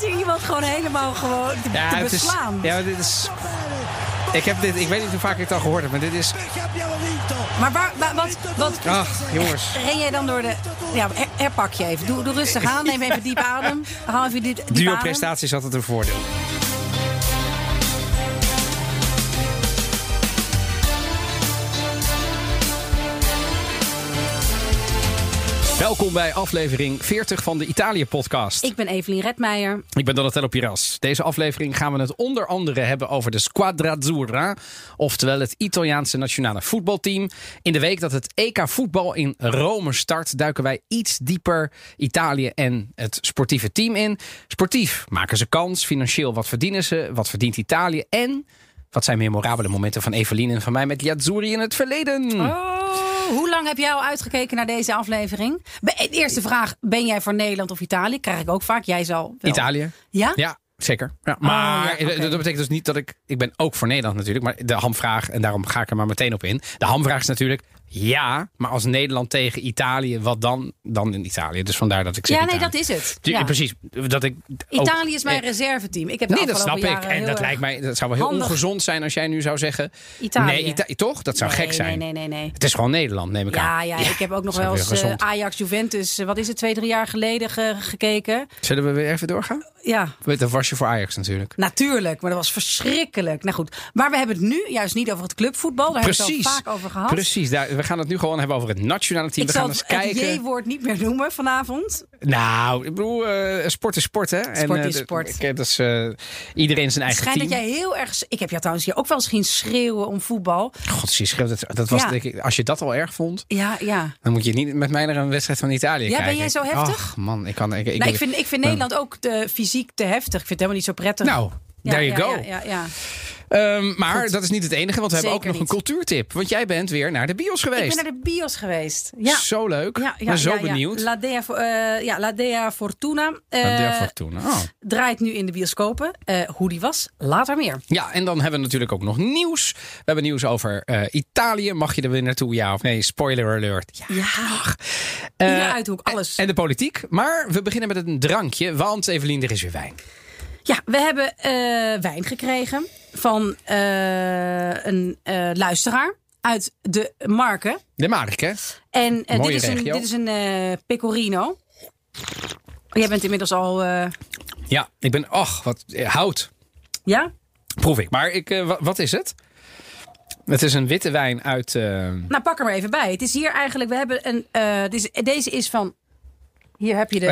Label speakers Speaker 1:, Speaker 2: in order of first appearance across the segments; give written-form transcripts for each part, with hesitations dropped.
Speaker 1: je iemand gewoon helemaal te beslaan?
Speaker 2: Dit is... Ik weet niet hoe vaak ik het al gehoord heb, maar dit is...
Speaker 1: Maar wat...
Speaker 2: Ach, jongens.
Speaker 1: Ren jij dan door de... Ja, herpak je even. Doe rustig aan, neem even diep adem. Haal even diep adem.
Speaker 2: Duo-prestatie is altijd een voordeel. Welkom bij aflevering 40 van de Italië-podcast.
Speaker 1: Ik ben Evelien Redmeijer.
Speaker 2: Ik ben Donatello Piras. Deze aflevering gaan we het onder andere hebben over de Squadra Azzurra. Oftewel het Italiaanse nationale voetbalteam. In de week dat het EK voetbal in Rome start, duiken wij iets dieper Italië en het sportieve team in. Sportief maken ze kans, financieel wat verdienen ze, wat verdient Italië en... wat zijn memorabele momenten van Evelien en van mij met Gli Azzurri in het verleden?
Speaker 1: Hoe lang heb jij al uitgekeken naar deze aflevering? De eerste vraag, ben jij voor Nederland of Italië? Krijg ik ook vaak. Jij zal wel.
Speaker 2: Italië.
Speaker 1: Ja?
Speaker 2: Ja, zeker. Ja, maar
Speaker 1: okay.
Speaker 2: Dat betekent dus niet dat ik ben ook voor Nederland natuurlijk. Maar de hamvraag, en daarom ga ik er maar meteen op in. De hamvraag is natuurlijk, ja, maar als Nederland tegen Italië, wat dan? Dan in Italië. Dus vandaar dat ik zeg Italië.
Speaker 1: Dat is het. Ja.
Speaker 2: Precies. Dat ik
Speaker 1: Italië is mijn reserveteam. Ik heb
Speaker 2: dat snap ik. En dat lijkt mij, dat zou wel heel ongezond zijn als jij nu zou zeggen...
Speaker 1: Italië.
Speaker 2: Nee, toch? Dat zou gek zijn.
Speaker 1: Nee.
Speaker 2: Het is gewoon Nederland, neem ik aan.
Speaker 1: Ja, ik heb ook nog wel eens Ajax-Juventus, wat is het, 2-3 jaar geleden gekeken.
Speaker 2: Zullen we weer even doorgaan?
Speaker 1: Ja.
Speaker 2: Dat was je voor Ajax natuurlijk.
Speaker 1: Natuurlijk, maar dat was verschrikkelijk. Nou goed, maar we hebben het nu juist niet over het clubvoetbal. Daar hebben we het al vaak over gehad.
Speaker 2: Precies, we gaan het nu gewoon hebben over het nationale team.
Speaker 1: Ik zal het J-woord niet meer noemen vanavond.
Speaker 2: Nou, ik bedoel, sport is sport, hè?
Speaker 1: Sport is sport.
Speaker 2: Dat is iedereen zijn eigen team.
Speaker 1: Het schijnt dat jij heel erg... Ik heb jou trouwens hier ook wel eens zien schreeuwen om voetbal.
Speaker 2: God, je schreeuwt. Dat was, denk ik, als je dat al erg vond...
Speaker 1: Ja.
Speaker 2: Dan moet je niet met mij naar een wedstrijd van Italië kijken.
Speaker 1: Ja, ben jij zo heftig?
Speaker 2: Ach, man,
Speaker 1: ik vind Nederland ook fysiek te heftig. Ik vind het helemaal niet zo prettig.
Speaker 2: Nou, there you go.
Speaker 1: Ja.
Speaker 2: Maar
Speaker 1: goed.
Speaker 2: dat is niet het enige, want we hebben ook nog een cultuurtip. Want jij bent weer naar de bios geweest.
Speaker 1: Ik ben naar de bios geweest. Ja.
Speaker 2: Zo leuk. Ik ben zo benieuwd.
Speaker 1: La Dea Fortuna. Draait nu in de bioscopen. Hoe die was, later meer.
Speaker 2: Ja, en dan hebben we natuurlijk ook nog nieuws. We hebben nieuws over Italië. Mag je er weer naartoe, ja of nee? Spoiler alert.
Speaker 1: Ja. Iedere uithoek, alles.
Speaker 2: En de politiek. Maar we beginnen met een drankje, want Evelien, er is weer wijn.
Speaker 1: Ja, we hebben wijn gekregen van een luisteraar uit de Marke.
Speaker 2: De Marke.
Speaker 1: En dit is een Pecorino. Jij bent inmiddels al...
Speaker 2: Ja, ik ben... wat hout.
Speaker 1: Ja?
Speaker 2: Proef ik. Maar wat is het? Het is een witte wijn uit...
Speaker 1: Nou, pak er maar even bij. Het is hier eigenlijk... We hebben een... deze is van... Hier heb je de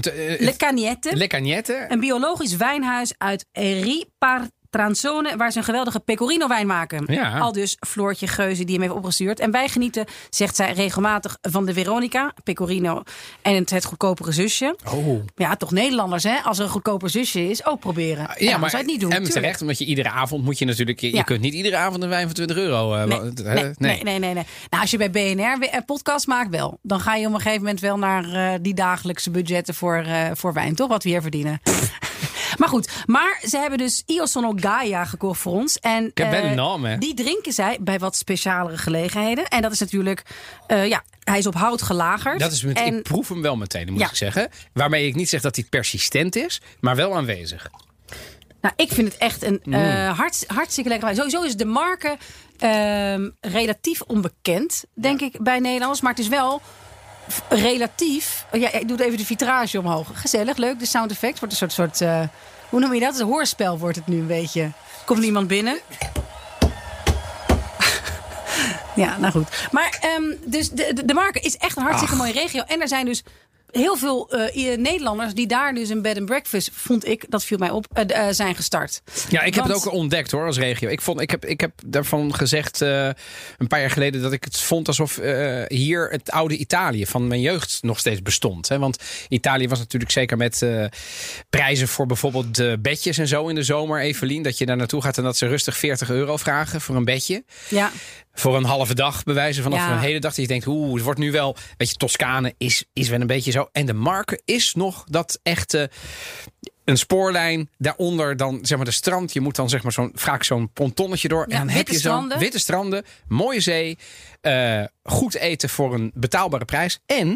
Speaker 1: Le Cagnette. Een biologisch wijnhuis uit Ripartransone, waar ze een geweldige Pecorino wijn maken.
Speaker 2: Ja.
Speaker 1: Al dus Floortje Geuze die hem heeft opgestuurd. En wij genieten, zegt zij regelmatig, van de Veronica, Pecorino en het goedkopere zusje.
Speaker 2: Oh.
Speaker 1: Ja, toch Nederlanders, hè? Als er een goedkoper zusje is, ook proberen.
Speaker 2: Ja, maar
Speaker 1: zou het niet doen.
Speaker 2: En terecht, omdat je iedere avond moet je natuurlijk... Je kunt niet iedere avond een wijn van €20.
Speaker 1: Nee. Nou, als je bij BNR podcast maakt, wel. Dan ga je op een gegeven moment wel naar die dagelijkse budgetten voor wijn, toch? Wat we hier verdienen. Maar goed, ze hebben dus Io Sono Gaia gekocht voor ons. En die drinken zij bij wat specialere gelegenheden. En dat is natuurlijk, hij is op hout gelagerd.
Speaker 2: Dat is ik proef hem wel meteen, moet ik zeggen. Waarmee ik niet zeg dat hij persistent is, maar wel aanwezig.
Speaker 1: Nou, ik vind het echt een hartstikke lekker wijn. Sowieso is de Marke relatief onbekend, denk ik, bij Nederlanders. Maar het is wel... relatief... Ja, ik doe even de vitrage omhoog. Gezellig, leuk. De sound effect wordt een soort hoe noem je dat? Een hoorspel wordt het nu een beetje. Komt iemand binnen? Ja, nou goed. Maar dus de Marke is echt een hartstikke mooie regio. En er zijn dus heel veel Nederlanders die daar dus een bed and breakfast, vond ik, dat viel mij op, zijn gestart.
Speaker 2: Ja, ik heb het ook ontdekt hoor, als regio. Ik heb daarvan gezegd een paar jaar geleden dat ik het vond alsof hier het oude Italië van mijn jeugd nog steeds bestond. Hè? Want Italië was natuurlijk zeker met prijzen voor bijvoorbeeld bedjes en zo in de zomer, Evelien, dat je daar naartoe gaat en dat ze rustig €40 vragen voor een bedje. Ja. Voor een halve dag bewijzen vanaf een hele dag. Dat je denkt, het wordt nu wel... Weet je, Toscane is wel een beetje zo. En de Marke is nog dat echte... Een spoorlijn, daaronder dan zeg maar de strand. Je moet dan zeg maar vaak zo'n pontonnetje door.
Speaker 1: Ja,
Speaker 2: en dan heb je zo'n witte stranden, mooie zee. Goed eten voor een betaalbare prijs. En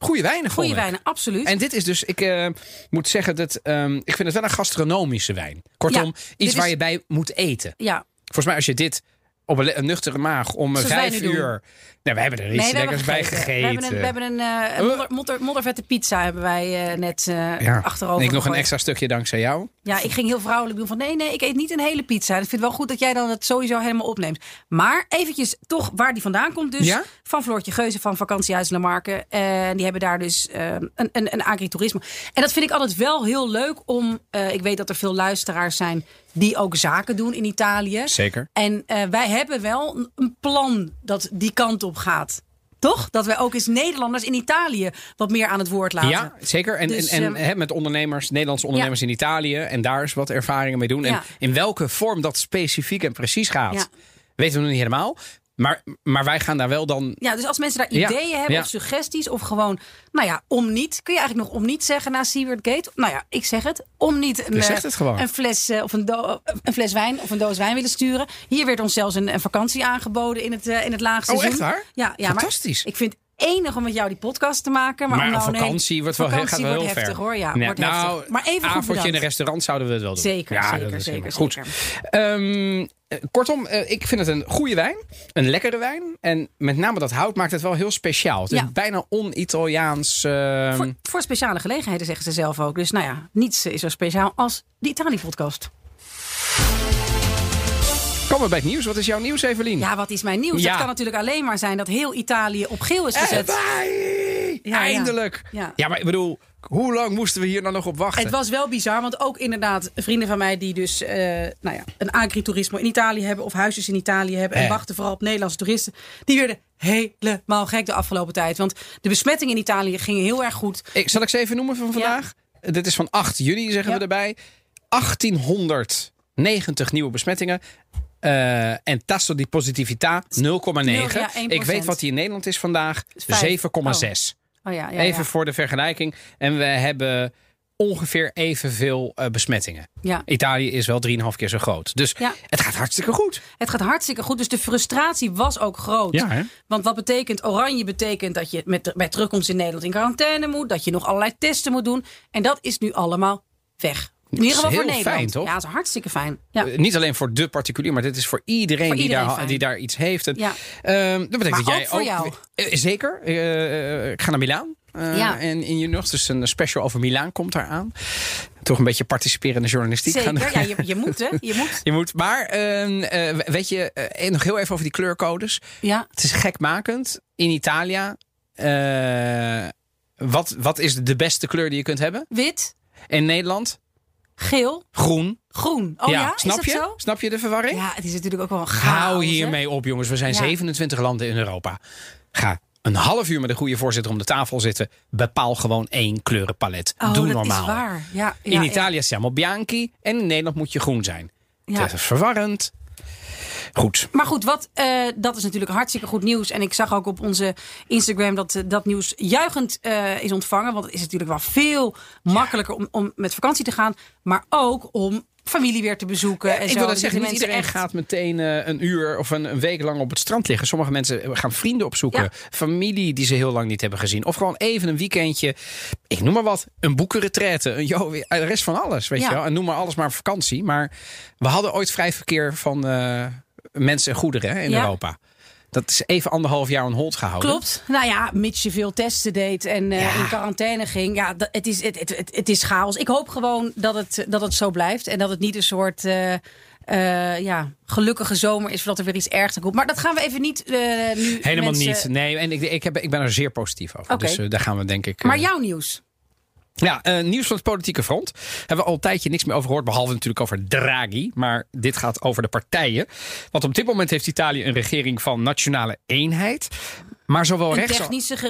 Speaker 2: goede wijnen.
Speaker 1: Goede wijnen, absoluut.
Speaker 2: En dit is dus, ik moet zeggen, dat ik vind het wel een gastronomische wijn. Kortom, iets waar je bij moet eten.
Speaker 1: Ja.
Speaker 2: Volgens mij als je dit op een nuchtere maag om 5 uur... Nou, we hebben er iets lekkers bij gegeten.
Speaker 1: We hebben een moddervette pizza hebben wij net achterover
Speaker 2: En ik nog een
Speaker 1: gegooid.
Speaker 2: extra stukje dankzij jou.
Speaker 1: Ja, ik ging heel vrouwelijk doen van nee, ik eet niet een hele pizza. Ik vind het wel goed dat jij dan het sowieso helemaal opneemt. Maar eventjes toch waar die vandaan komt dus.
Speaker 2: Ja?
Speaker 1: Van Floortje Geuze van Vakantiehuis Lamarque. Die hebben daar dus een agritoerisme. En dat vind ik altijd wel heel leuk om... ik weet dat er veel luisteraars zijn die ook zaken doen in Italië.
Speaker 2: Zeker.
Speaker 1: En wij hebben wel een plan dat die kant op gaat. Toch? Dat wij ook eens Nederlanders in Italië wat meer aan het woord laten.
Speaker 2: Ja, zeker. En met ondernemers, Nederlandse ondernemers in Italië. En daar eens wat ervaringen mee doen.
Speaker 1: Ja.
Speaker 2: En in welke vorm dat specifiek en precies gaat, weten we nog niet helemaal. Maar wij gaan daar wel dan...
Speaker 1: Ja, dus als mensen daar ideeën hebben of suggesties of gewoon... Nou ja, om niet. Kun je eigenlijk nog om niet zeggen na Seaward Gate? Nou ja, ik zeg het. Om niet een fles of een fles wijn of een doos wijn willen sturen. Hier werd ons zelfs een vakantie aangeboden in het laagseizoen.
Speaker 2: Oh, echt waar?
Speaker 1: Ja,
Speaker 2: fantastisch.
Speaker 1: Maar ik vind enig om met jou die podcast te maken. Maar
Speaker 2: een vakantie wordt wel gaat wel heel
Speaker 1: heftig
Speaker 2: ver.
Speaker 1: Hoor. Ja,
Speaker 2: nee,
Speaker 1: wordt heftig. Maar even goed
Speaker 2: avondje in een restaurant zouden we het wel doen.
Speaker 1: Zeker.
Speaker 2: Goed. Kortom, ik vind het een goede wijn. Een lekkere wijn. En met name dat hout maakt het wel heel speciaal. Het is bijna on-Italiaans.
Speaker 1: Voor speciale gelegenheden zeggen ze zelf ook. Dus nou ja, niets is zo speciaal als de Italië-podcast.
Speaker 2: Komen we bij het nieuws. Wat is jouw nieuws, Evelien?
Speaker 1: Ja, wat is mijn nieuws? Het kan natuurlijk alleen maar zijn dat heel Italië op geel is gezet.
Speaker 2: Eindelijk! Ja, maar ik bedoel, hoe lang moesten we hier nou nog op wachten?
Speaker 1: Het was wel bizar, want ook inderdaad vrienden van mij die dus een agriturismo in Italië hebben of huisjes in Italië hebben en wachten vooral op Nederlandse toeristen, die werden helemaal gek de afgelopen tijd. Want de besmettingen in Italië gingen heel erg goed.
Speaker 2: Zal ik ze even noemen van vandaag? Ja. Dit is van 8 juli, zeggen we erbij. 1890 nieuwe besmettingen. En tasso di positività 0,9. Ik weet wat die in Nederland is vandaag. 7,6. Even voor de vergelijking. En we hebben ongeveer evenveel besmettingen. Ja. Italië is wel 3,5 keer zo groot. Dus het gaat hartstikke goed.
Speaker 1: Het gaat hartstikke goed. Dus de frustratie was ook groot.
Speaker 2: Ja,
Speaker 1: want wat betekent oranje? Betekent dat je bij terugkomst in Nederland in quarantaine moet. Dat je nog allerlei testen moet doen. En dat is nu allemaal weg. In ieder geval voor Nederland.
Speaker 2: Fijn, toch?
Speaker 1: Ja, dat is hartstikke fijn. Ja.
Speaker 2: Niet alleen voor de particulier, maar dit is voor iedereen, die daar iets heeft. En, dat betekent
Speaker 1: maar
Speaker 2: dat jij
Speaker 1: ook voor jou.
Speaker 2: Zeker. Ik ga naar Milaan. En in juni nog. Dus een special over Milaan komt daar aan. Toch een beetje participerende journalistiek.
Speaker 1: Zeker, je moet hè.
Speaker 2: Je moet. Maar weet je, nog heel even over die kleurcodes.
Speaker 1: Ja.
Speaker 2: Het is gekmakend. In Italië, wat is de beste kleur die je kunt hebben?
Speaker 1: Wit.
Speaker 2: In Nederland?
Speaker 1: Geel.
Speaker 2: Groen.
Speaker 1: Oh ja,
Speaker 2: snap
Speaker 1: is
Speaker 2: je?
Speaker 1: dat zo?
Speaker 2: Snap je de verwarring?
Speaker 1: Ja, het is natuurlijk ook wel een chaos.
Speaker 2: Hou hiermee op, jongens. We zijn 27 landen in Europa. Ga een half uur met een goede voorzitter om de tafel zitten. Bepaal gewoon 1 kleurenpalet. Doe normaal.
Speaker 1: Dat is waar. Ja,
Speaker 2: in Italië siamo bianchi en in Nederland moet je groen zijn. Dat is verwarrend. Goed.
Speaker 1: Maar goed, dat is natuurlijk hartstikke goed nieuws. En ik zag ook op onze Instagram dat nieuws juichend is ontvangen. Want het is natuurlijk wel veel makkelijker om met vakantie te gaan. Maar ook om familie weer te bezoeken. En
Speaker 2: ik wil dat zeggen, niet iedereen gaat meteen een uur of een week lang op het strand liggen. Sommige mensen gaan vrienden opzoeken. Ja. Familie die ze heel lang niet hebben gezien. Of gewoon even een weekendje. Ik noem maar wat. Een boekenretraite. De rest van alles. Weet je wel. En noem maar alles maar vakantie. Maar we hadden ooit vrij verkeer van mensen en goederen in Europa. Dat is even 1,5 jaar on hold gehouden.
Speaker 1: Klopt. Nou ja, mits je veel testen deed en in quarantaine ging. Ja, het is chaos. Ik hoop gewoon dat het zo blijft. En dat het niet een soort gelukkige zomer is voordat er weer iets ergs komt. Maar dat gaan we even niet nu.
Speaker 2: Helemaal niet. Nee, en ik ben er zeer positief over.
Speaker 1: Okay.
Speaker 2: Dus daar gaan we denk ik.
Speaker 1: Maar jouw nieuws?
Speaker 2: Ja, nieuws van het politieke front. Hebben we al een tijdje niks meer over gehoord. Behalve natuurlijk over Draghi. Maar dit gaat over de partijen. Want op dit moment heeft Italië een regering van nationale eenheid. Maar zowel rechts...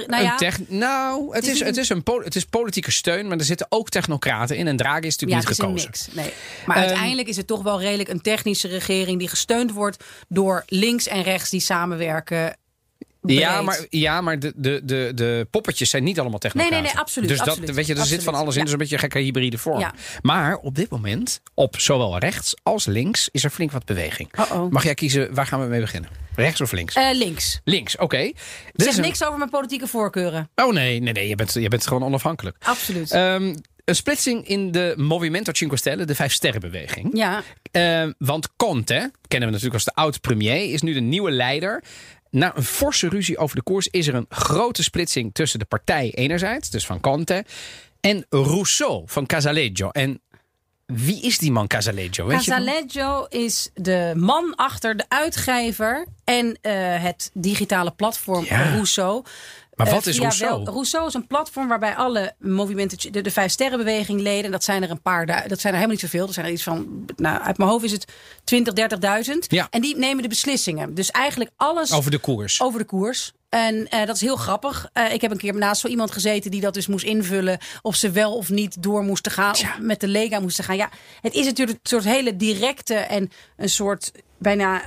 Speaker 2: Het is politieke steun. Maar er zitten ook technocraten in. En Draghi is natuurlijk niet gekozen.
Speaker 1: Niks, nee. Maar uiteindelijk is het toch wel redelijk een technische regering die gesteund wordt door links en rechts die samenwerken.
Speaker 2: Maar de poppetjes zijn niet allemaal technocraten.
Speaker 1: Nee, absoluut.
Speaker 2: Dus
Speaker 1: absoluut,
Speaker 2: weet je, er zit van alles in. Dus een beetje een gekke hybride vorm.
Speaker 1: Ja.
Speaker 2: Maar op dit moment, op zowel rechts als links, is er flink wat beweging.
Speaker 1: Uh-oh.
Speaker 2: Mag jij kiezen, waar gaan we mee beginnen? Rechts of links?
Speaker 1: Links.
Speaker 2: Links, oké.
Speaker 1: Zeg niks over mijn politieke voorkeuren.
Speaker 2: Oh nee, je bent gewoon onafhankelijk.
Speaker 1: Absoluut.
Speaker 2: Een splitsing in de Movimento 5 Stelle, de 5 sterrenbeweging.
Speaker 1: Ja.
Speaker 2: Want Conte, kennen we natuurlijk als de oud-premier, is nu de nieuwe leider. Na een forse ruzie over de koers is er een grote splitsing tussen de partij enerzijds, dus van Conte, en Rousseau van Casaleggio. En wie is die man Casaleggio?
Speaker 1: Casaleggio is de man achter de uitgever en het digitale platform Rousseau.
Speaker 2: Maar wat is Rousseau?
Speaker 1: Rousseau is een platform waarbij alle movimenten, de 5 sterrenbeweging leden, dat zijn er een paar, dat zijn er helemaal niet zoveel. Er zijn er iets van, uit mijn hoofd is het 20.000, 30.000.
Speaker 2: Ja.
Speaker 1: En die nemen de beslissingen. Dus eigenlijk alles
Speaker 2: over de koers.
Speaker 1: Over de koers. En dat is heel grappig. Ik heb een keer naast zo iemand gezeten die dat dus moest invullen. Of ze wel of niet door moesten gaan. Of met de Lega moesten gaan. Ja, het is natuurlijk een soort hele directe en een soort bijna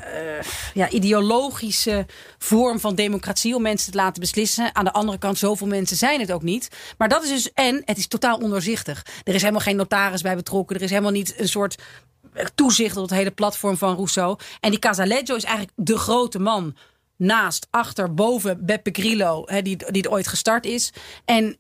Speaker 1: ideologische vorm van democratie. Om mensen te laten beslissen. Aan de andere kant, zoveel mensen zijn het ook niet. Maar dat is dus, en het is totaal ondoorzichtig. Er is helemaal geen notaris bij betrokken. Er is helemaal niet een soort toezicht op het hele platform van Rousseau. En die Casaleggio is eigenlijk de grote man. Naast, achter, boven Beppe Grillo, die het ooit gestart is. En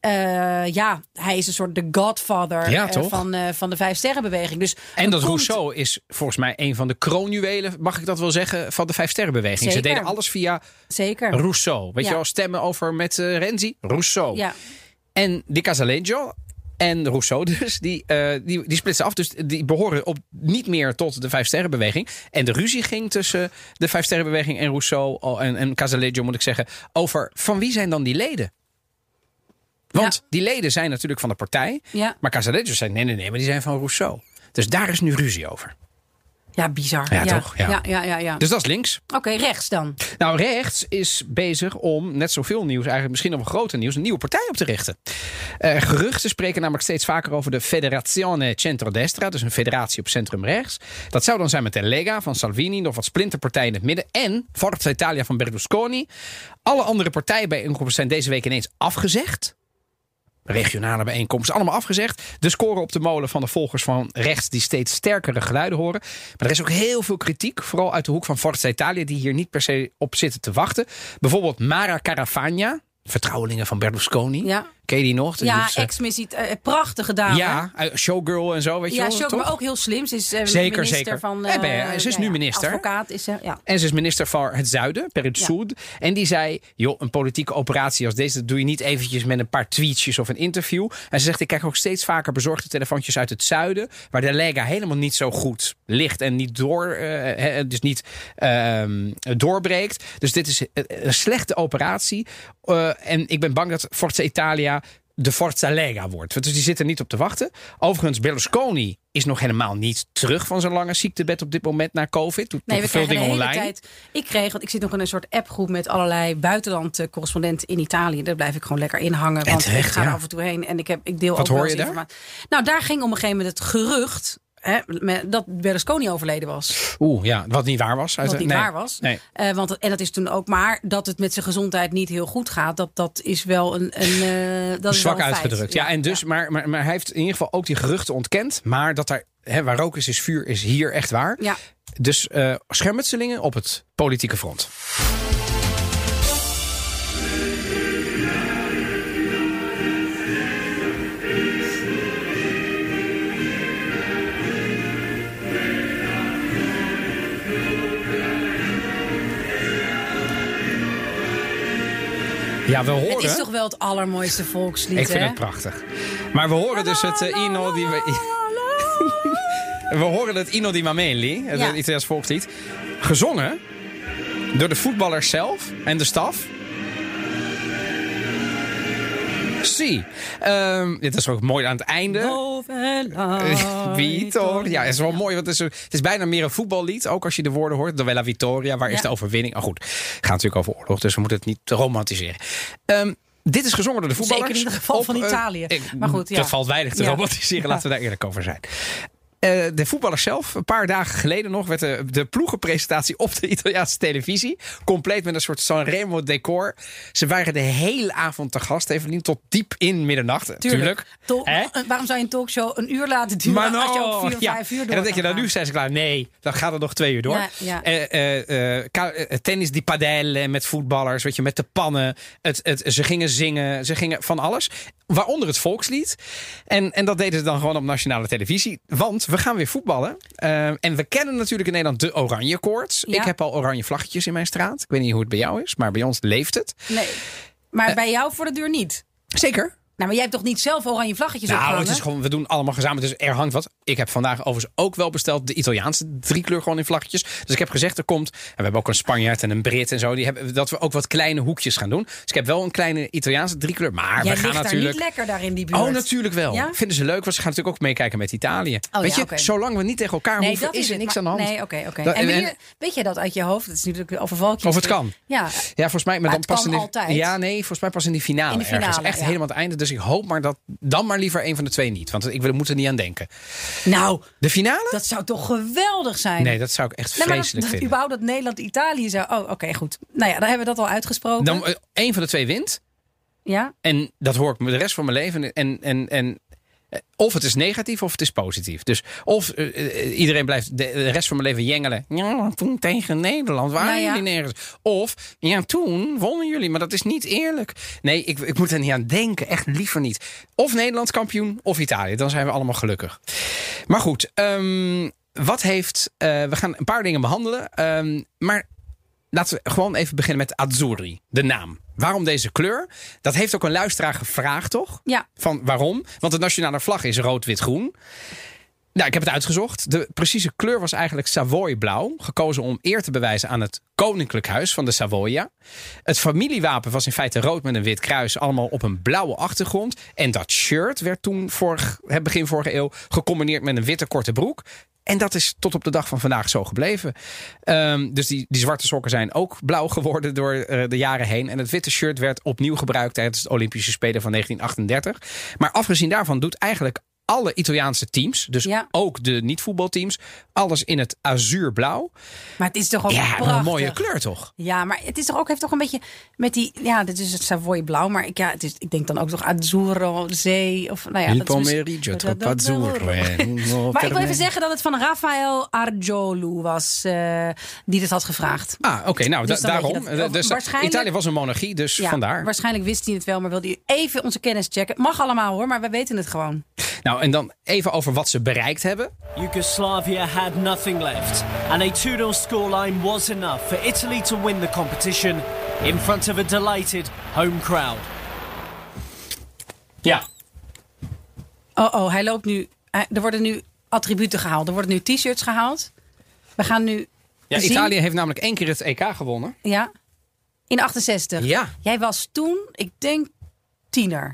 Speaker 1: hij is een soort de godfather van de 5 sterrenbeweging. Dus
Speaker 2: en dat Rousseau is volgens mij een van de kroonjuwelen, mag ik dat wel zeggen, van de 5 sterrenbeweging. Ze deden alles via Rousseau. Weet je wel, stemmen over met Renzi? Rousseau.
Speaker 1: Ja.
Speaker 2: En die Casaleggio en Rousseau dus, die splitsen af. Dus die behoren niet meer tot de 5 sterrenbeweging. En de ruzie ging tussen de 5 sterrenbeweging en Rousseau en Casaleggio, moet ik zeggen, over van wie zijn dan die leden? Want die leden zijn natuurlijk van de partij. Ja. Maar Casaleggio zei nee, maar die zijn van Rousseau. Dus daar is nu ruzie over.
Speaker 1: Ja, bizar.
Speaker 2: Ja, toch? Ja.
Speaker 1: Ja.
Speaker 2: Dus dat is links.
Speaker 1: Oké, rechts dan?
Speaker 2: Nou, rechts is bezig om, net zoveel nieuws, eigenlijk misschien nog een groter nieuws, een nieuwe partij op te richten. Geruchten spreken namelijk steeds vaker over de Federazione Centrodestra, dus een federatie op centrum rechts. Dat zou dan zijn met de Lega van Salvini, nog wat splinterpartijen in het midden en Forza Italia van Berlusconi. Alle andere partijbijeenkomsten zijn deze week ineens afgezegd. Regionale bijeenkomsten, allemaal afgezegd. De score op de molen van de volgers van rechts die steeds sterkere geluiden horen. Maar er is ook heel veel kritiek, vooral uit de hoek van Forza Italia, die hier niet per se op zitten te wachten. Bijvoorbeeld Mara Carafagna, vertrouwelingen van Berlusconi. Ja. Ken je die nog?
Speaker 1: Ex-missie, prachtig gedaan.
Speaker 2: Ja, showgirl en zo, weet je wel.
Speaker 1: Ja, maar ook heel slim. Ze is minister van...
Speaker 2: ze is nu minister.
Speaker 1: Advocaat is ze,
Speaker 2: En ze is minister van het zuiden, per het Sud. En die zei, een politieke operatie als deze, dat doe je niet eventjes met een paar tweetjes of een interview. En ze zegt, ik krijg ook steeds vaker bezorgde telefoontjes uit het zuiden, waar de Lega helemaal niet zo goed ligt en niet doorbreekt. Dus dit is een slechte operatie. En ik ben bang dat Forza Italia de Forza Lega wordt. Dus die zitten niet op te wachten. Overigens, Berlusconi is nog helemaal niet terug van zijn lange ziektebed op dit moment na COVID. Doet nog veel dingen online. Want
Speaker 1: ik zit nog in een soort appgroep met allerlei buitenland-correspondenten in Italië. Daar blijf ik gewoon lekker in hangen. Want ik ga er af en toe heen en ik deel
Speaker 2: wat
Speaker 1: ook
Speaker 2: wel
Speaker 1: eens informatie. Nou, daar ging op een gegeven moment het gerucht dat Berlusconi overleden was.
Speaker 2: Wat niet waar was.
Speaker 1: Waar was. Nee. En dat is toen ook maar dat het met zijn gezondheid niet heel goed gaat. Dat is wel een dat is
Speaker 2: zwak
Speaker 1: wel een
Speaker 2: uitgedrukt.
Speaker 1: Feit.
Speaker 2: Ja, en dus, maar hij heeft in ieder geval ook die geruchten ontkend. Maar dat er, waar rook is vuur, is hier echt waar. Ja. Dus schermutselingen op het politieke front. Ja, we horen...
Speaker 1: Het is toch wel het allermooiste volkslied,
Speaker 2: Ik vind het prachtig. Maar we horen dus het Inno di... We horen het Inno di Mameli, het Italiaans volkslied, gezongen door de voetballers zelf en de staf. Dit is ook mooi aan het einde. Vittoria. Het is wel mooi, want het is bijna meer een voetballied. Ook als je de woorden hoort. Dov'è la vittoria, waar is de overwinning? Oh goed, het gaat natuurlijk over oorlog, dus we moeten het niet romantiseren. Dit is gezongen door de voetballers.
Speaker 1: Zeker in het geval van Italië. Maar goed,
Speaker 2: dat valt weinig te romantiseren, laten we daar eerlijk over zijn. De voetballers zelf, een paar dagen geleden nog, werd de ploegenpresentatie op de Italiaanse televisie. Compleet met een soort Sanremo decor. Ze waren de hele avond te gast, Evelien, tot diep in middernacht. Tuurlijk.
Speaker 1: Waarom zou je een talkshow een uur laten duren als je ook 4-5 uur door
Speaker 2: En dan denk je, nu zijn ze klaar. Nee, dan gaat het nog 2 uur door. Tennis die padelle met voetballers, weet je, met de pannen. Ze gingen zingen, ze gingen van alles. Waaronder het volkslied. En dat deden ze dan gewoon op nationale televisie. Want we gaan weer voetballen. En we kennen natuurlijk in Nederland de oranje koorts. Ja. Ik heb al oranje vlaggetjes in mijn straat. Ik weet niet hoe het bij jou is, maar bij ons leeft het.
Speaker 1: Nee, maar bij jou voor de deur niet.
Speaker 2: Zeker.
Speaker 1: Nou, maar jij hebt toch niet zelf oranje vlaggetjes opgehangen?
Speaker 2: Het is gewoon, we doen allemaal gezamenlijk. Dus er hangt wat. Ik heb vandaag overigens ook wel besteld de Italiaanse 3-kleur gewoon in vlaggetjes. Dus ik heb gezegd, er komt. En we hebben ook een Spanjaard en een Brit en zo. Dat we ook wat kleine hoekjes gaan doen. Dus ik heb wel een kleine Italiaanse 3-kleur. Maar
Speaker 1: jij
Speaker 2: we gaan natuurlijk.
Speaker 1: Daar niet lekker daar in die buurt.
Speaker 2: Oh, natuurlijk wel.
Speaker 1: Ja?
Speaker 2: Vinden ze leuk, want ze gaan natuurlijk ook meekijken met Italië. Weet je, zolang we niet tegen elkaar hoeven, is er niks aan de hand.
Speaker 1: Nee, oké. En weet jij dat uit je hoofd? Dat is natuurlijk overvalkjes.
Speaker 2: Of het kan.
Speaker 1: Ja,
Speaker 2: volgens mij. Maar dan
Speaker 1: pas in altijd.
Speaker 2: Ja, nee, volgens mij pas in die finale. Ergens. Echt helemaal het einde. Dus ik hoop maar dat. Dan maar liever een van de twee niet. Want ik moet er niet aan denken.
Speaker 1: Nou,
Speaker 2: de finale?
Speaker 1: Dat zou toch geweldig zijn?
Speaker 2: Nee, dat zou ik echt vreselijk vinden.
Speaker 1: Überhaupt dat Nederland-Italië zou... Oh, oké, goed. Nou ja, dan hebben we dat al uitgesproken.
Speaker 2: Dan een van de twee wint.
Speaker 1: Ja.
Speaker 2: En dat hoor ik de rest van mijn leven. En of het is negatief of het is positief. Dus of iedereen blijft de rest van mijn leven jengelen. Ja, toen tegen Nederland waren jullie nergens. Of, ja, toen wonnen jullie. Maar dat is niet eerlijk. Nee, ik moet er niet aan denken. Echt liever niet. Of Nederland kampioen of Italië. Dan zijn we allemaal gelukkig. Maar goed, wat heeft... we gaan een paar dingen behandelen. Maar laten we gewoon even beginnen met Azzurri. De naam. Waarom deze kleur? Dat heeft ook een luisteraar gevraagd, toch?
Speaker 1: Ja.
Speaker 2: Van waarom? Want de nationale vlag is rood, wit, groen. Nou, ik heb het uitgezocht. De precieze kleur was eigenlijk Savoy-blauw. Gekozen om eer te bewijzen aan het koninklijk huis van de Savoia. Het familiewapen was in feite rood met een wit kruis. Allemaal op een blauwe achtergrond. En dat shirt werd toen begin vorige eeuw gecombineerd met een witte korte broek. En dat is tot op de dag van vandaag zo gebleven. Dus die zwarte sokken zijn ook blauw geworden door de jaren heen. En het witte shirt werd opnieuw gebruikt tijdens het Olympische Spelen van 1938. Maar afgezien daarvan doet eigenlijk alle Italiaanse teams, dus ook de niet-voetbalteams, alles in het azuurblauw.
Speaker 1: Maar het is toch ook prachtig.
Speaker 2: Een mooie kleur toch?
Speaker 1: Ja, maar het is toch ook, heeft toch een beetje met die, dit is het Savoy blauw, maar ik denk dan ook toch Azzurro, zee of nou ja.
Speaker 2: Il pomeriggio troppo azzurro.
Speaker 1: Maar ik wil even zeggen dat het van Rafael Argiolu was die dit had gevraagd.
Speaker 2: Oké, nou
Speaker 1: dus
Speaker 2: daarom. Dus Italië was een monarchie, dus vandaar.
Speaker 1: Waarschijnlijk wist hij het wel, maar wilde hij even onze kennis checken. Mag allemaal hoor, maar wij weten het gewoon.
Speaker 2: Nou, en dan even over wat ze bereikt hebben.
Speaker 3: Yugoslavia had nothing left. And a 2-0 scoreline was enough for Italy to win the competition in front of a delighted home crowd.
Speaker 2: Ja.
Speaker 1: Oh, hij loopt nu. Er worden nu attributen gehaald. Er worden nu t-shirts gehaald. We gaan nu.
Speaker 2: Ja, Italië heeft namelijk 1 keer het EK gewonnen.
Speaker 1: Ja. In 68.
Speaker 2: Ja.
Speaker 1: Jij was toen, ik denk, 10er.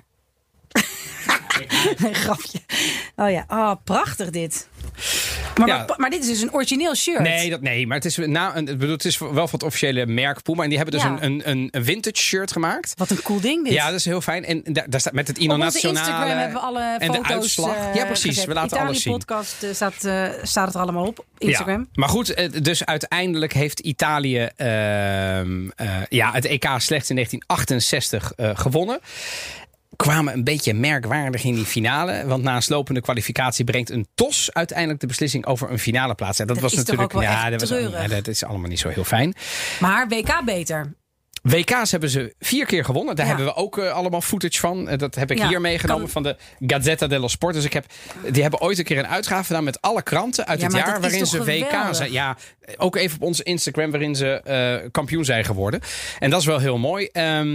Speaker 1: Een grapje. Oh ja, prachtig dit. Maar dit is dus een origineel shirt.
Speaker 2: Nee, maar het is, het is wel van het officiële merk Puma. En die hebben dus een vintage shirt gemaakt.
Speaker 1: Wat een cool ding dit.
Speaker 2: Ja, dat is heel fijn. En daar staat met het Inno Nationale.
Speaker 1: Op onze Instagram hebben we alle
Speaker 2: en
Speaker 1: foto's
Speaker 2: de uitslag. Ja, precies.
Speaker 1: Gezet.
Speaker 2: We laten alles zien.
Speaker 1: Podcast staat het er allemaal op. Instagram.
Speaker 2: Ja, maar goed, dus uiteindelijk heeft Italië het EK slechts in 1968 gewonnen. Kwamen een beetje merkwaardig in die finale. Want na een slopende kwalificatie brengt een TOS uiteindelijk de beslissing over een finale plaats. En dat was natuurlijk dat is allemaal niet zo heel fijn.
Speaker 1: Maar WK beter.
Speaker 2: WK's hebben ze 4 keer gewonnen. Daar hebben we ook allemaal footage van. Dat heb ik hier meegenomen van de Gazzetta dello Sport. Dus die hebben ooit een keer een uitgave gedaan met alle kranten uit het jaar waarin ze WK zijn. Ja, ook even op onze Instagram waarin ze kampioen zijn geworden. En dat is wel heel mooi.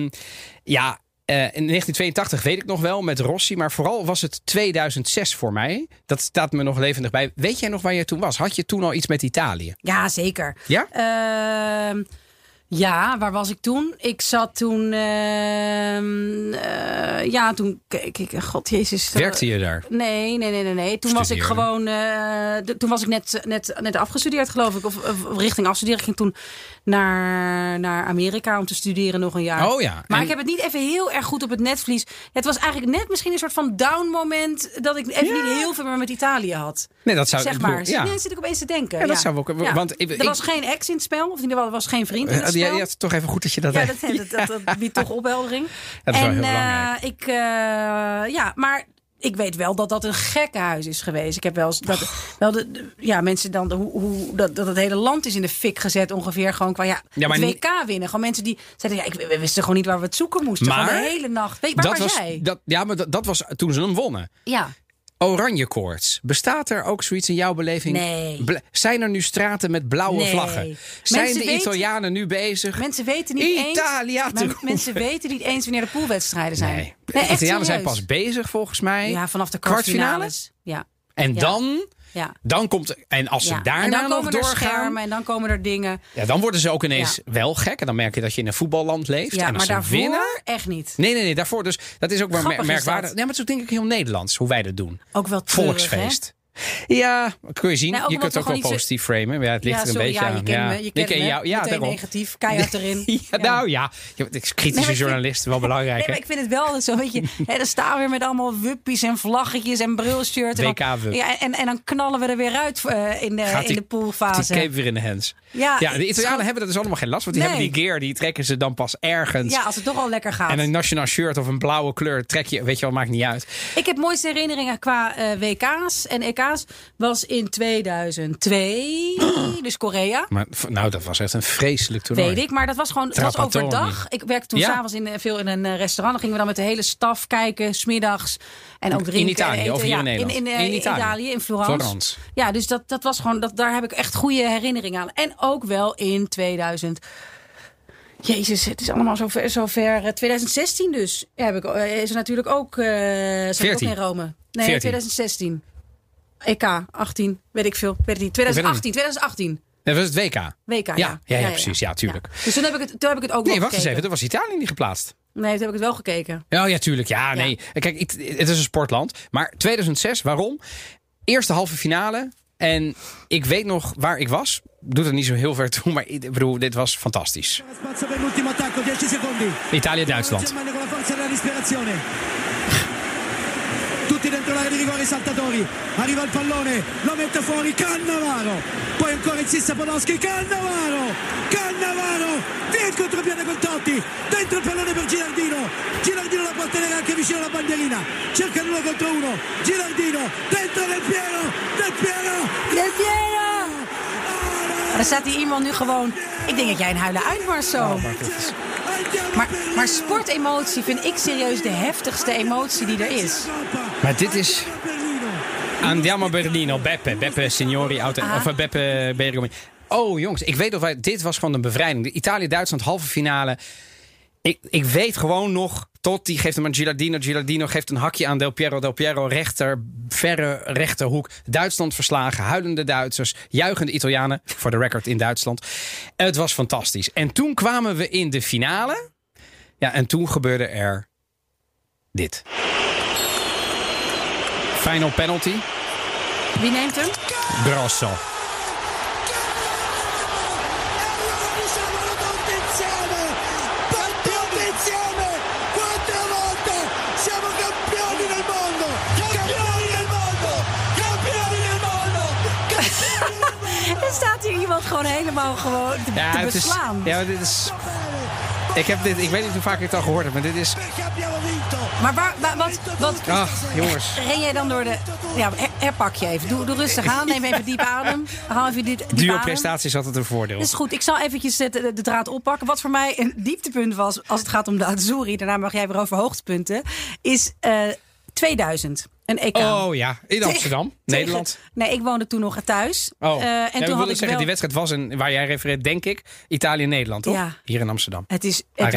Speaker 2: In 1982 weet ik nog wel met Rossi, maar vooral was het 2006 voor mij. Dat staat me nog levendig bij. Weet jij nog waar je toen was? Had je toen al iets met Italië?
Speaker 1: Ja, zeker.
Speaker 2: Ja?
Speaker 1: Ja, waar was ik toen? Ik zat toen... toen keek ik... God, jezus.
Speaker 2: Werkte je daar?
Speaker 1: Nee. Toen was ik gewoon... toen was ik net afgestudeerd, geloof ik. Of richting afstuderen. Ik ging toen naar Amerika om te studeren nog een jaar.
Speaker 2: Oh ja.
Speaker 1: Maar ik heb het niet even heel erg goed op het netvlies. Het was eigenlijk net misschien een soort van down moment... dat ik even niet heel veel meer met Italië had.
Speaker 2: Nee, dat zou...
Speaker 1: Zeg maar. Nee, zit ik opeens te denken.
Speaker 2: Ja, dat zou ook...
Speaker 1: Ja.
Speaker 2: Want
Speaker 1: er was geen ex in het spel. Of in ieder geval, er was geen vriend in het spel.
Speaker 2: Ja, het is toch even goed dat je dat...
Speaker 1: Ja, dat biedt toch opheldering.
Speaker 2: Dat is wel heel belangrijk.
Speaker 1: Maar ik weet wel dat een gekkenhuis is geweest. Ik heb wel eens mensen dan dat het hele land is in de fik gezet ongeveer gewoon qua het WK winnen. Gewoon mensen die zeiden we wisten gewoon niet waar we het zoeken moesten.
Speaker 2: Maar
Speaker 1: van de hele nacht. Waar was jij?
Speaker 2: Maar dat was toen ze hem wonnen.
Speaker 1: Ja.
Speaker 2: Oranje koorts. Bestaat er ook zoiets in jouw beleving?
Speaker 1: Nee.
Speaker 2: Zijn er nu straten met blauwe vlaggen? Zijn de Italianen nu bezig?
Speaker 1: Mensen weten niet mensen weten niet eens wanneer de poolwedstrijden zijn.
Speaker 2: Nee, de Italianen zijn pas bezig volgens mij.
Speaker 1: Ja, vanaf de kwartfinales. Ja.
Speaker 2: En dan...
Speaker 1: Ja.
Speaker 2: Dan komt... En als ze daarna nog doorgaan...
Speaker 1: schermen en dan komen er dingen...
Speaker 2: Ja, dan worden ze ook ineens wel gek. En dan merk je dat je in een voetballand leeft.
Speaker 1: Ja,
Speaker 2: en als
Speaker 1: maar daarvoor
Speaker 2: winnen,
Speaker 1: echt niet.
Speaker 2: Nee, daarvoor. Dus dat is ook wel merkwaardig.
Speaker 1: Ja,
Speaker 2: maar het is ook denk ik heel Nederlands hoe wij dat doen.
Speaker 1: Ook wel treurig,
Speaker 2: volksfeest. Hè? Ja, kun je zien. Je kunt het ook wel positief framen. Ja, het ligt er een beetje aan.
Speaker 1: Je kent jou. Ja, meteen negatief. Keihard erin.
Speaker 2: Het is kritische journalist. Wel belangrijk.
Speaker 1: Nee, maar ik vind het wel zo. Weet je, dan staan we weer met allemaal wuppies en vlaggetjes en brilshirts. En dan knallen we er weer uit in de poolfase.
Speaker 2: Die cape weer in de hands. Ja, de Italianen hebben er dus allemaal geen last. Want die hebben die gear. Die trekken ze dan pas ergens.
Speaker 1: Ja, als het toch al lekker gaat.
Speaker 2: En een nationaal shirt of een blauwe kleur trek je. Weet je wel, maakt niet uit.
Speaker 1: Ik heb mooiste herinneringen qua WK's en EK's. Was in 2002, dus Korea.
Speaker 2: Maar dat was echt een vreselijk toernooi.
Speaker 1: Weet ik, maar dat was gewoon het was overdag. Ik werkte toen s'avonds veel in een restaurant. Dan gingen we dan met de hele staf kijken, 's middags. En ook drinken.
Speaker 2: In Italië of hier in Nederland?
Speaker 1: In Italië, in Florence. Ja, dus dat was gewoon, daar heb ik echt goede herinneringen aan. En ook wel in 2000. Jezus, het is allemaal zover 2016 dus. Is er natuurlijk ook... zat ik ook in Rome. Nee, 14. 2016. EK, 18, weet ik veel. Weet ik niet. 2018.
Speaker 2: Dat was het WK.
Speaker 1: Ja,
Speaker 2: precies. Ja, tuurlijk.
Speaker 1: Ja. Dus toen heb ik het ook nog
Speaker 2: Nee, wacht eens even. Toen was Italië niet geplaatst.
Speaker 1: Nee, toen heb ik het wel gekeken.
Speaker 2: Ja, tuurlijk. Ja, nee. Kijk, het is een sportland. Maar 2006, waarom? Eerste halve finale. En ik weet nog waar ik was. Doet er niet zo heel ver toe, maar ik bedoel, dit was fantastisch. Italië-Duitsland.
Speaker 4: Tutti dentro l'area di rigore, saltatori. Arriva il pallone, lo mette fuori Cannavaro. Poi ancora insiste Podolski, Cannavaro. Via il contropiede con Totti. Dentro il pallone per Gilardino. Gilardino la può tenere anche vicino alla bandierina. Cerca l'uno contro uno. Gilardino, dentro Del Piero.
Speaker 1: Er staat hier iemand nu gewoon... Ik denk dat jij een huilen uitmars zo. Maar sportemotie vind ik serieus de heftigste emotie die er is.
Speaker 2: Maar dit is... Andiamo Berlino, Beppe Signori, of Beppe Bergomi. Oh jongens, ik weet nog, dit was gewoon een bevrijding. De Italië-Duitsland halve finale. Ik weet gewoon nog, Totti geeft hem aan Gilardino. Gilardino geeft een hakje aan Del Piero, verre rechterhoek. Duitsland verslagen, huilende Duitsers, juichende Italianen. Voor de record in Duitsland. Het was fantastisch. En toen kwamen we in de finale. Ja, en toen gebeurde er dit. Final penalty.
Speaker 1: Wie neemt hem?
Speaker 2: Grosso.
Speaker 1: Er staat hier iemand gewoon helemaal te beslaan.
Speaker 2: Dit is... Ik weet niet hoe vaak ik het al gehoord heb, maar dit is...
Speaker 1: Maar wat
Speaker 2: Ach, jongens.
Speaker 1: Ren jij dan door de... Ja, herpak je even. Doe rustig aan. Neem even diep adem. Haal even diep
Speaker 2: Duo-prestatie is altijd een voordeel.
Speaker 1: Dat is goed. Ik zal eventjes de draad oppakken. Wat voor mij een dieptepunt was als het gaat om de Azzurri. Daarna mag jij weer over hoogtepunten. Is 2000. Een EK.
Speaker 2: Oh ja, in Amsterdam, Nederland.
Speaker 1: Nee, ik woonde toen nog thuis.
Speaker 2: En toen had ik die wedstrijd was, waar jij refereert, denk ik, Italië-Nederland, toch?
Speaker 1: Ja.
Speaker 2: Hier in Amsterdam.
Speaker 1: Het was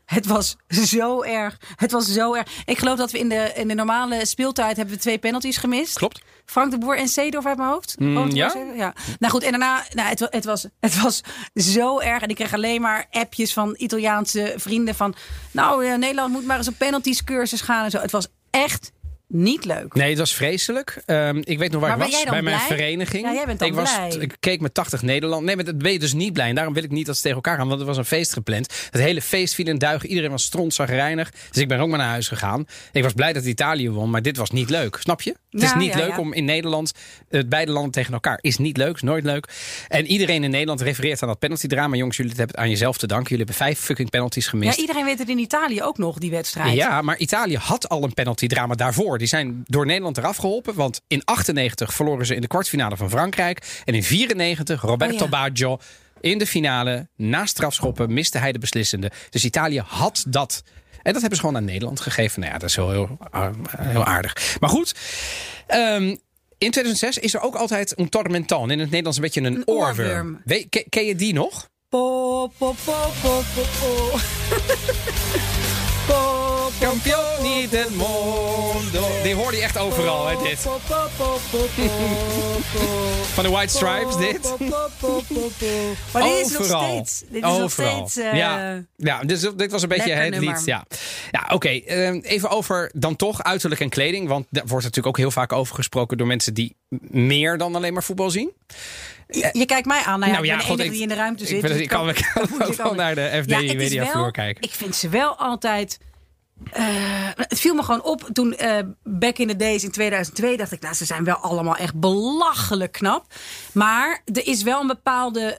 Speaker 1: Het was zo erg. Ik geloof dat we in de normale speeltijd hebben we 2 penalties gemist.
Speaker 2: Klopt.
Speaker 1: Frank de Boer en Seedorf uit mijn hoofd.
Speaker 2: Ja?
Speaker 1: Nou goed, en daarna, het was zo erg. En ik kreeg alleen maar appjes van Italiaanse vrienden van... Nederland moet maar eens op penalties cursus gaan en zo. Het was echt niet leuk.
Speaker 2: Nee, het was vreselijk. Ik weet nog waar ik was. Bij mijn vereniging.
Speaker 1: Ja, jij bent dan blij.
Speaker 2: Ik keek met 80 Nederland. Nee, maar dat ben je dus niet blij. En daarom wil ik niet dat ze tegen elkaar gaan. Want er was een feest gepland. Het hele feest viel in duigen. Iedereen was strontzagrijnig. Dus ik ben ook maar naar huis gegaan. Ik was blij dat Italië won. Maar dit was niet leuk. Snap je? Het is niet leuk om in Nederland... beide landen tegen elkaar is niet leuk. Is nooit leuk. En iedereen in Nederland refereert aan dat penalty-drama. Jongens, jullie hebben het aan jezelf te danken. Jullie hebben 5 fucking penalties gemist.
Speaker 1: Ja, iedereen weet het in Italië ook nog, die wedstrijd.
Speaker 2: Ja, maar Italië had al een penalty-drama daarvoor. Die zijn door Nederland eraf geholpen. Want in 98 verloren ze in de kwartfinale van Frankrijk. En in 94 Roberto Baggio in de finale. Na strafschoppen miste hij de beslissende. Dus Italië had dat. En dat hebben ze gewoon aan Nederland gegeven. Nou ja, dat is heel aardig. Maar goed. In 2006 is er ook altijd een tormentone. In het Nederlands een beetje een oorworm. Ken je die nog? Campioni del mondo. Die hoorde je echt overal, hè, dit. Van de White Stripes, dit.
Speaker 1: Maar dit is nog steeds...
Speaker 2: Ja, dus dit was een beetje het lied. Ja, oké. Even over dan toch uiterlijk en kleding. Want daar wordt natuurlijk ook heel vaak over gesproken door mensen die meer dan alleen maar voetbal zien.
Speaker 1: Je kijkt mij aan. Ik ben de enige die in de ruimte zit.
Speaker 2: Ik kan wel naar de FD Mediavloer kijken.
Speaker 1: Ik vind ze wel altijd... het viel me gewoon op toen back in the days in 2002 dacht ik, ze zijn wel allemaal echt belachelijk knap. Maar er is wel een bepaalde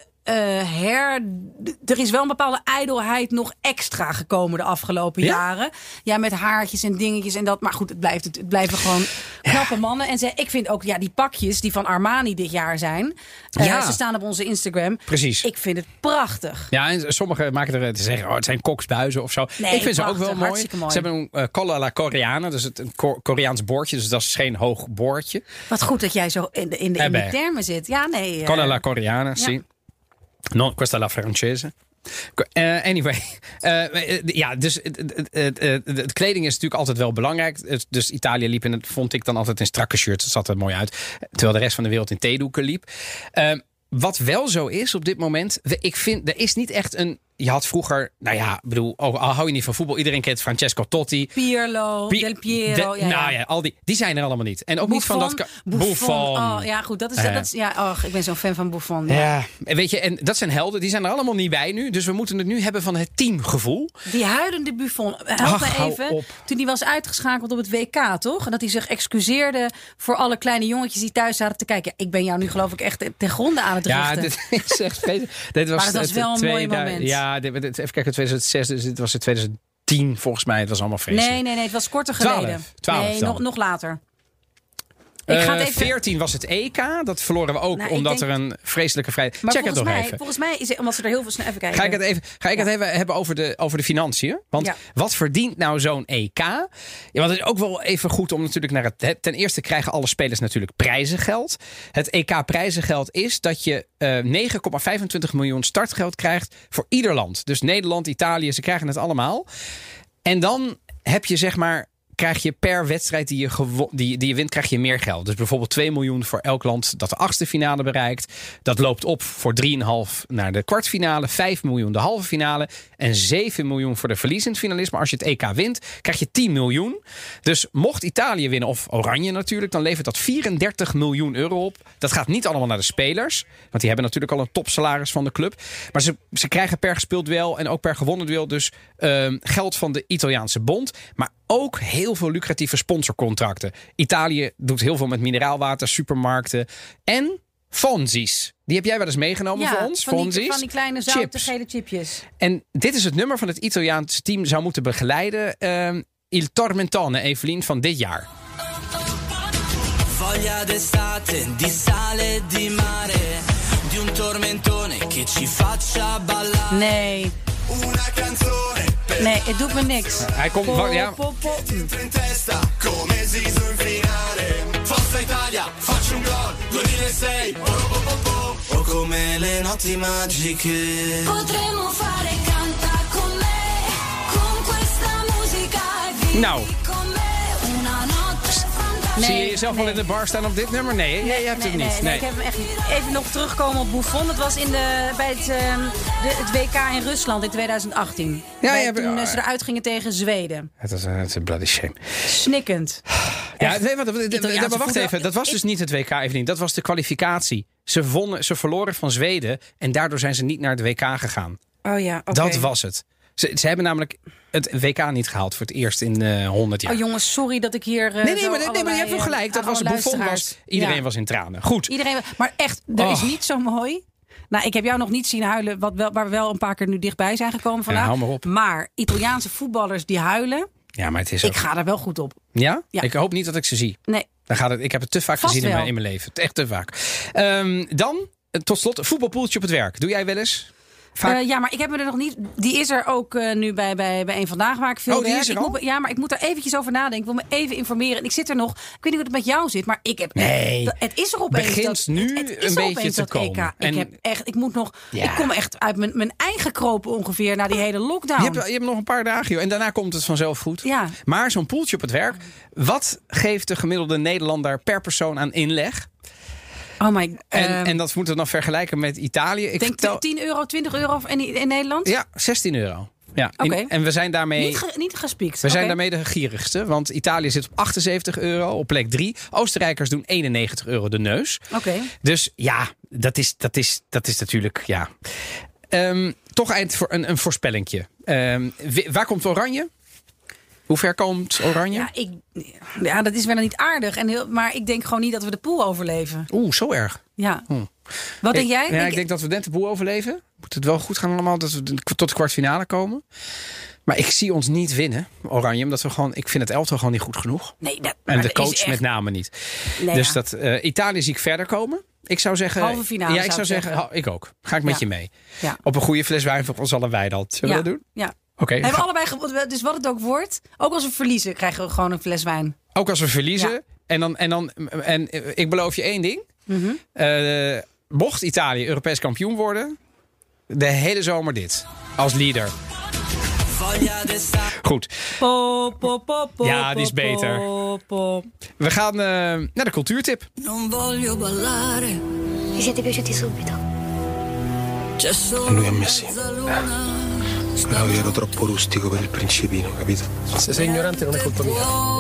Speaker 1: er is wel een bepaalde ijdelheid nog extra gekomen de afgelopen jaren. Ja, met haartjes en dingetjes en dat. Maar goed, het blijven gewoon knappe mannen. En ik vind ook die pakjes die van Armani dit jaar zijn. Ze staan op onze Instagram.
Speaker 2: Precies.
Speaker 1: Ik vind het prachtig.
Speaker 2: Ja, en sommigen maken er te zeggen, het zijn koksbuizen of zo.
Speaker 1: Nee,
Speaker 2: ik vind
Speaker 1: prachtig,
Speaker 2: ze ook wel mooi. Ze hebben een colla alla Coreana, dus een Koreaans boordje. Dus dat is geen hoog boordje.
Speaker 1: Wat goed dat jij zo in de termen zit. Ja, nee.
Speaker 2: Colla alla Coreana, sì. Non, questa la francese. Anyway. Dus de kleding is natuurlijk altijd wel belangrijk. Dus Italië liep vond ik dan altijd in strakke shirts. Dat zat er mooi uit. Terwijl de rest van de wereld in theedoeken liep. Wat wel zo is op dit moment. Ik vind, er is niet echt een... Je had vroeger, al hou je niet van voetbal. Iedereen kent Francesco Totti.
Speaker 1: Pirlo, Del Piero.
Speaker 2: Al die zijn er allemaal niet. En ook
Speaker 1: Buffon,
Speaker 2: niet van dat...
Speaker 1: Buffon. Oh, ja, goed. Ik ben zo'n fan van Buffon.
Speaker 2: Ja, weet je, en dat zijn helden. Die zijn er allemaal niet bij nu. Dus we moeten het nu hebben van het teamgevoel.
Speaker 1: Die huilende Buffon. Help me even. Toen die was uitgeschakeld op het WK, toch? En dat hij zich excuseerde voor alle kleine jongetjes die thuis zaten te kijken. Ja, ik ben jou nu geloof ik echt ten gronde aan het richten.
Speaker 2: Ja, dit is echt... Maar
Speaker 1: het was wel een mooi moment.
Speaker 2: Ja, even kijken, 2006, dus dit was in 2010 volgens mij. Het was allemaal vreselijk.
Speaker 1: Nee, het was korter geleden.
Speaker 2: 12
Speaker 1: nog later.
Speaker 2: 14 was het EK. Dat verloren we ook omdat er een vreselijke vrijheid... Check het nog even.
Speaker 1: Volgens mij is het, omdat ze er heel veel snel even kijken.
Speaker 2: Ga ik het even hebben over de financiën? Want wat verdient nou zo'n EK? Ja, want het is ook wel even goed om natuurlijk naar het... Ten eerste krijgen alle spelers natuurlijk prijzengeld. Het EK prijzengeld is dat je 9,25 miljoen startgeld krijgt voor ieder land. Dus Nederland, Italië, ze krijgen het allemaal. En dan heb je zeg maar... krijg je per wedstrijd die je wint, krijg je meer geld. Dus bijvoorbeeld 2 miljoen voor elk land dat de 8e finale bereikt. Dat loopt op voor 3,5 naar de kwartfinale. 5 miljoen de halve finale. En 7 miljoen voor de verliezend finalist. Maar als je het EK wint, krijg je 10 miljoen. Dus mocht Italië winnen, of Oranje natuurlijk, dan levert dat 34 miljoen euro op. Dat gaat niet allemaal naar de spelers. Want die hebben natuurlijk al een topsalaris van de club. Maar ze krijgen per gespeeld duel en ook per gewonnen duel dus geld van de Italiaanse bond. Maar ook heel veel lucratieve sponsorcontracten. Italië doet heel veel met mineraalwater, supermarkten en fonzies. Die heb jij wel eens meegenomen voor ons?
Speaker 1: Van die kleine zoute gele chipjes.
Speaker 2: En dit is het nummer van het Italiaanse team zou moeten begeleiden. Il Tormentone, Evelien, van dit jaar. Voglia d'estate, di sale, di mare, di un tormentone che ci faccia ballare.
Speaker 1: Nee. Nee, het doet me niks.
Speaker 2: Hij komt... Ja. Forza Italia, faccio un gol, 2006. O come le notti magiche. Potremmo fare canta con me, Nou. Zie je jezelf wel in de bar staan op dit nummer? Nee, jij hebt het niet.
Speaker 1: Nee, ik heb hem echt niet. Even nog terugkomen op Buffon. Dat was bij het WK in Rusland in 2018. Toen ze eruit gingen tegen Zweden.
Speaker 2: Het is een bloody shame.
Speaker 1: Snikkend.
Speaker 2: Ja, maar wacht even. Dat was dus niet het WK, Evelien. Dat was de kwalificatie. Ze verloren van Zweden en daardoor zijn ze niet naar het WK gegaan.
Speaker 1: Oh ja, oké.
Speaker 2: Dat was het. Ze hebben namelijk het WK niet gehaald voor het eerst in 100 jaar.
Speaker 1: Oh jongens, sorry dat ik hier...
Speaker 2: Nee, maar je hebt wel gelijk. Dat was Buffon. Iedereen was in tranen. Goed.
Speaker 1: Maar echt, er is niet zo mooi. Nou, ik heb jou nog niet zien huilen, waar we wel een paar keer nu dichtbij zijn gekomen vandaag.
Speaker 2: Ja, hou maar op.
Speaker 1: Maar Italiaanse voetballers die huilen,
Speaker 2: ja, maar het is
Speaker 1: ik ga daar wel goed op.
Speaker 2: Ja? Ik hoop niet dat ik ze zie.
Speaker 1: Nee.
Speaker 2: Ik heb het te vaak gezien in mijn leven. Echt te vaak. Dan, tot slot, voetbalpoeltje op het werk. Doe jij wel eens?
Speaker 1: Ja, maar ik heb me er nog niet... Die is er ook nu bij een Vandaag waar ik veel werk.
Speaker 2: Is er al?
Speaker 1: Ja, maar ik moet er eventjes over nadenken. Ik wil me even informeren. En ik zit er nog... Ik weet niet hoe het met jou zit, maar ik heb...
Speaker 2: Nee.
Speaker 1: Het is er opeens.
Speaker 2: Begint nu een beetje te komen.
Speaker 1: Ik moet nog... Ja. Ik kom echt uit mijn eigen kropen ongeveer na die hele lockdown.
Speaker 2: Je hebt nog een paar dagen, joh. En daarna komt het vanzelf goed.
Speaker 1: Ja.
Speaker 2: Maar zo'n poeltje op het werk. Wat geeft de gemiddelde Nederlander per persoon aan inleg?
Speaker 1: Oh my,
Speaker 2: en dat moeten we dan vergelijken met Italië.
Speaker 1: Ik denk 10 euro, 20 euro in Nederland?
Speaker 2: Ja, 16 euro. Ja,
Speaker 1: okay.
Speaker 2: En we zijn daarmee...
Speaker 1: Niet gespiekt.
Speaker 2: We zijn daarmee de gierigste. Want Italië zit op 78 euro op plek 3. Oostenrijkers doen 91 euro de neus.
Speaker 1: Okay.
Speaker 2: Dus ja, dat is natuurlijk... Ja. Toch eind voor een voorspellingje. Waar komt Oranje? Hoe ver komt Oranje?
Speaker 1: Ja, dat is wel niet aardig. Maar ik denk gewoon niet dat we de pool overleven.
Speaker 2: Oeh, zo erg.
Speaker 1: Ja. Wat denk jij?
Speaker 2: Ja, ik denk dat we net de pool overleven. Moet het wel goed gaan allemaal, dat we tot de kwartfinale komen. Maar ik zie ons niet winnen, Oranje. Omdat ik vind het elftal gewoon niet goed genoeg.
Speaker 1: Nee,
Speaker 2: en de coach echt... met name niet. Nee, dus Italië zie ik verder komen. Ik zou zeggen...
Speaker 1: Halve finale.
Speaker 2: Ja, ik zou zeggen. Ik ook. Ga ik met je mee. Ja. Op een goede fles wijn voor ons allebei dan. Zullen we dat doen?
Speaker 1: Ja.
Speaker 2: Okay,
Speaker 1: hebben we allebei, dus wat het ook wordt, ook als we verliezen, krijgen we gewoon een fles wijn.
Speaker 2: Ook als we verliezen. Ja. En ik beloof je één ding. Mm-hmm. Mocht Italië Europees kampioen worden, de hele zomer dit. Als leader. Goed. Ja, die is beter. We gaan naar de cultuurtip.
Speaker 5: Vi siete piaciuti subito?
Speaker 6: Lui a me sì. Claudio ero troppo rustico per il principino, capito? Se sei ignorante non è colpa mia.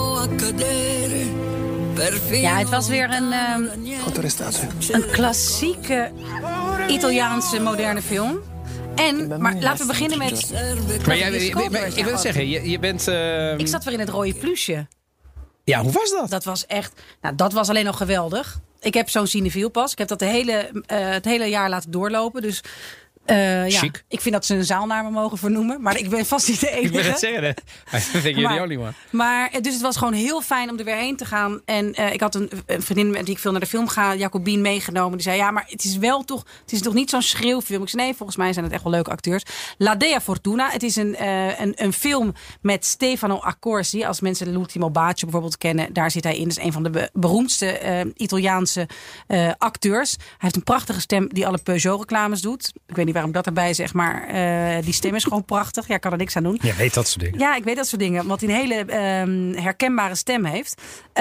Speaker 1: Ja, het was weer een klassieke Italiaanse moderne film. Maar laten we beginnen met...
Speaker 2: Maar ik wil zeggen, je bent...
Speaker 1: Ik zat weer in het rode plusje.
Speaker 2: Ja, hoe was dat?
Speaker 1: Dat was echt... Nou, dat was alleen nog geweldig. Ik heb zo'n cinefiel pas. Ik heb dat het hele jaar laten doorlopen. Dus
Speaker 2: chic.
Speaker 1: Ik vind dat ze een zaal naar me mogen vernoemen. Maar ik ben vast niet de enige.
Speaker 2: Ik wil het zeggen. I think you're the only one.
Speaker 1: Maar dus het was gewoon heel fijn om er weer heen te gaan. En ik had een vriendin met die ik veel naar de film ga, Jacobien, meegenomen. Die zei, ja, maar het is wel toch... Het is toch niet zo'n schreeuwfilm? Ik zei, nee, volgens mij zijn het echt wel leuke acteurs. La Dea Fortuna. Het is een film met Stefano Accorsi. Als mensen L'Ultimo Bacio bijvoorbeeld kennen, daar zit hij in. Dat is een van de beroemdste Italiaanse acteurs. Hij heeft een prachtige stem die alle Peugeot-reclames doet. Ik weet niet waarom ik dat erbij zeg, maar die stem is gewoon prachtig. Ja, ik kan er niks aan doen.
Speaker 2: Ja, weet dat soort dingen.
Speaker 1: Ja, ik weet dat soort dingen. Want hij een hele herkenbare stem heeft.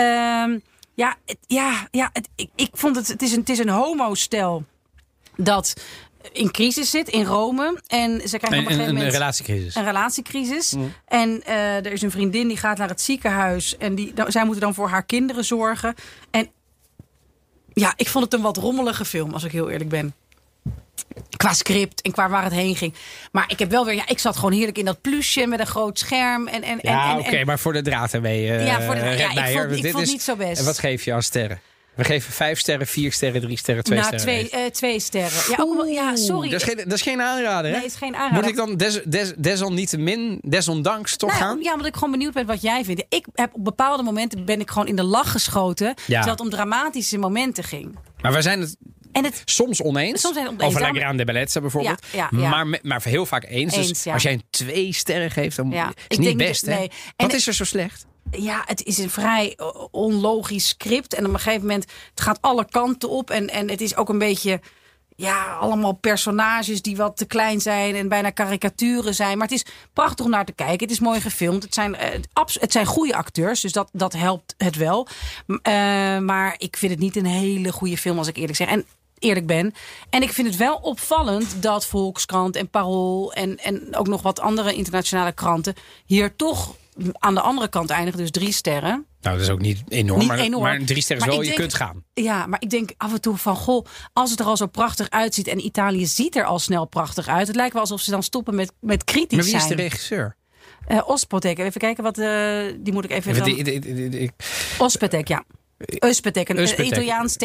Speaker 1: Ik vond het is een homo-stel dat in crisis zit in Rome. En ze krijgen op een gegeven moment...
Speaker 2: relatiecrisis.
Speaker 1: Een relatiecrisis. Mm. En er is een vriendin die gaat naar het ziekenhuis. En zij moeten dan voor haar kinderen zorgen. En ja, ik vond het een wat rommelige film, als ik heel eerlijk ben. Qua script en qua waar het heen ging. Maar ik heb wel weer... ik zat gewoon heerlijk in dat plusje met een groot scherm.
Speaker 2: Maar voor de draad ermee.
Speaker 1: Ik vond het niet zo best.
Speaker 2: En wat geef je aan sterren? We geven 5 sterren, 4 sterren, 3 sterren, 2 sterren.
Speaker 1: 2 sterren. Ja, sorry.
Speaker 2: Dat is geen aanrader, hè?
Speaker 1: Nee, is geen aanrader.
Speaker 2: Moet ik dan desondanks toch gaan?
Speaker 1: Ja, omdat ik gewoon benieuwd ben wat jij vindt. Ik heb op bepaalde momenten ben ik gewoon in de lach geschoten. Ja. Terwijl het om dramatische momenten ging.
Speaker 2: Maar wij zijn het... soms oneens. Over La Grande Bellezza bijvoorbeeld. Ja. Maar heel vaak eens. Dus als jij een 2 sterren geeft, dan is het niet best. Nee. Wat is er zo slecht?
Speaker 1: Ja, het is een vrij onlogisch script. En op een gegeven moment, het gaat alle kanten op. En het is ook een beetje... allemaal personages die wat te klein zijn en bijna karikaturen zijn. Maar het is prachtig om naar te kijken. Het is mooi gefilmd. Het zijn goede acteurs, dus dat helpt het wel. Maar ik vind het niet een hele goede film, als ik eerlijk ben. En ik vind het wel opvallend dat Volkskrant en Parool en ook nog wat andere internationale kranten hier toch aan de andere kant eindigen. Dus 3 sterren.
Speaker 2: Nou, dat is ook niet enorm. Maar 3 sterren is wel, je kunt gaan.
Speaker 1: Ja, maar ik denk af en toe van, goh, als het er al zo prachtig uitziet en Italië ziet er al snel prachtig uit. Het lijkt wel alsof ze dan stoppen met kritisch zijn.
Speaker 2: Maar wie is de regisseur?
Speaker 1: Ospetek. Even kijken wat die moet ik even... Ospetek, ja. Özpetek, een Italiaans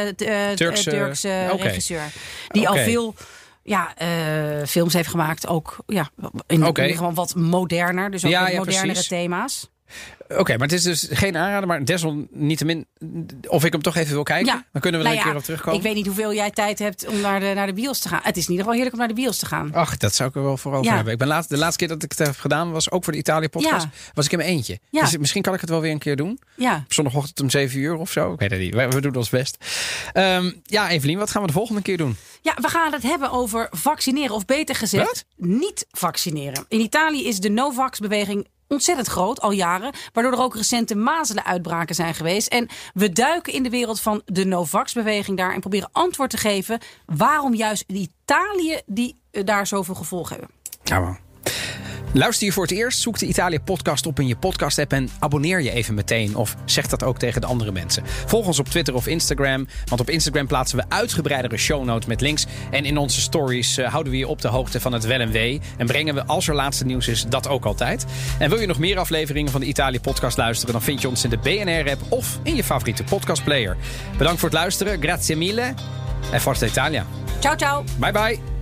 Speaker 1: Turkse regisseur. Die al veel films heeft gemaakt. Ook gewoon wat moderner. Dus ook wat modernere thema's.
Speaker 2: Oké, maar het is dus geen aanrader, maar desalniettemin, of ik hem toch even wil kijken, dan kunnen we er een keer op terugkomen.
Speaker 1: Ik weet niet hoeveel jij tijd hebt om naar de bios te gaan. Het is in ieder geval heerlijk om naar de bios te gaan.
Speaker 2: Ach, dat zou ik er wel voor over hebben. De laatste keer dat ik het heb gedaan, was ook voor de Italië-podcast, was ik in mijn eentje. Ja. Dus misschien kan ik het wel weer een keer doen. Ja. Op zondagochtend om 7:00 of zo. Ik weet het niet. We doen ons best. Evelien, wat gaan we de volgende keer doen? Ja,
Speaker 1: we gaan het hebben over vaccineren, of beter gezegd, niet vaccineren. In Italië is de no-vax-beweging ontzettend groot, al jaren. Waardoor er ook recente mazelenuitbraken zijn geweest. En we duiken in de wereld van de no-vax-beweging daar en proberen antwoord te geven waarom juist in Italië die daar zoveel gevolgen hebben.
Speaker 2: Ja, man. Luister je voor het eerst, zoek de Italië-podcast op in je podcast-app en abonneer je even meteen. Of zeg dat ook tegen de andere mensen. Volg ons op Twitter of Instagram, want op Instagram plaatsen we uitgebreidere shownotes met links. En in onze stories houden we je op de hoogte van het wel en wee. En brengen we, als er laatste nieuws is, dat ook altijd. En wil je nog meer afleveringen van de Italië-podcast luisteren, dan vind je ons in de BNR-app of in je favoriete podcastplayer. Bedankt voor het luisteren, grazie mille en forza Italia.
Speaker 1: Ciao, ciao.
Speaker 2: Bye, bye.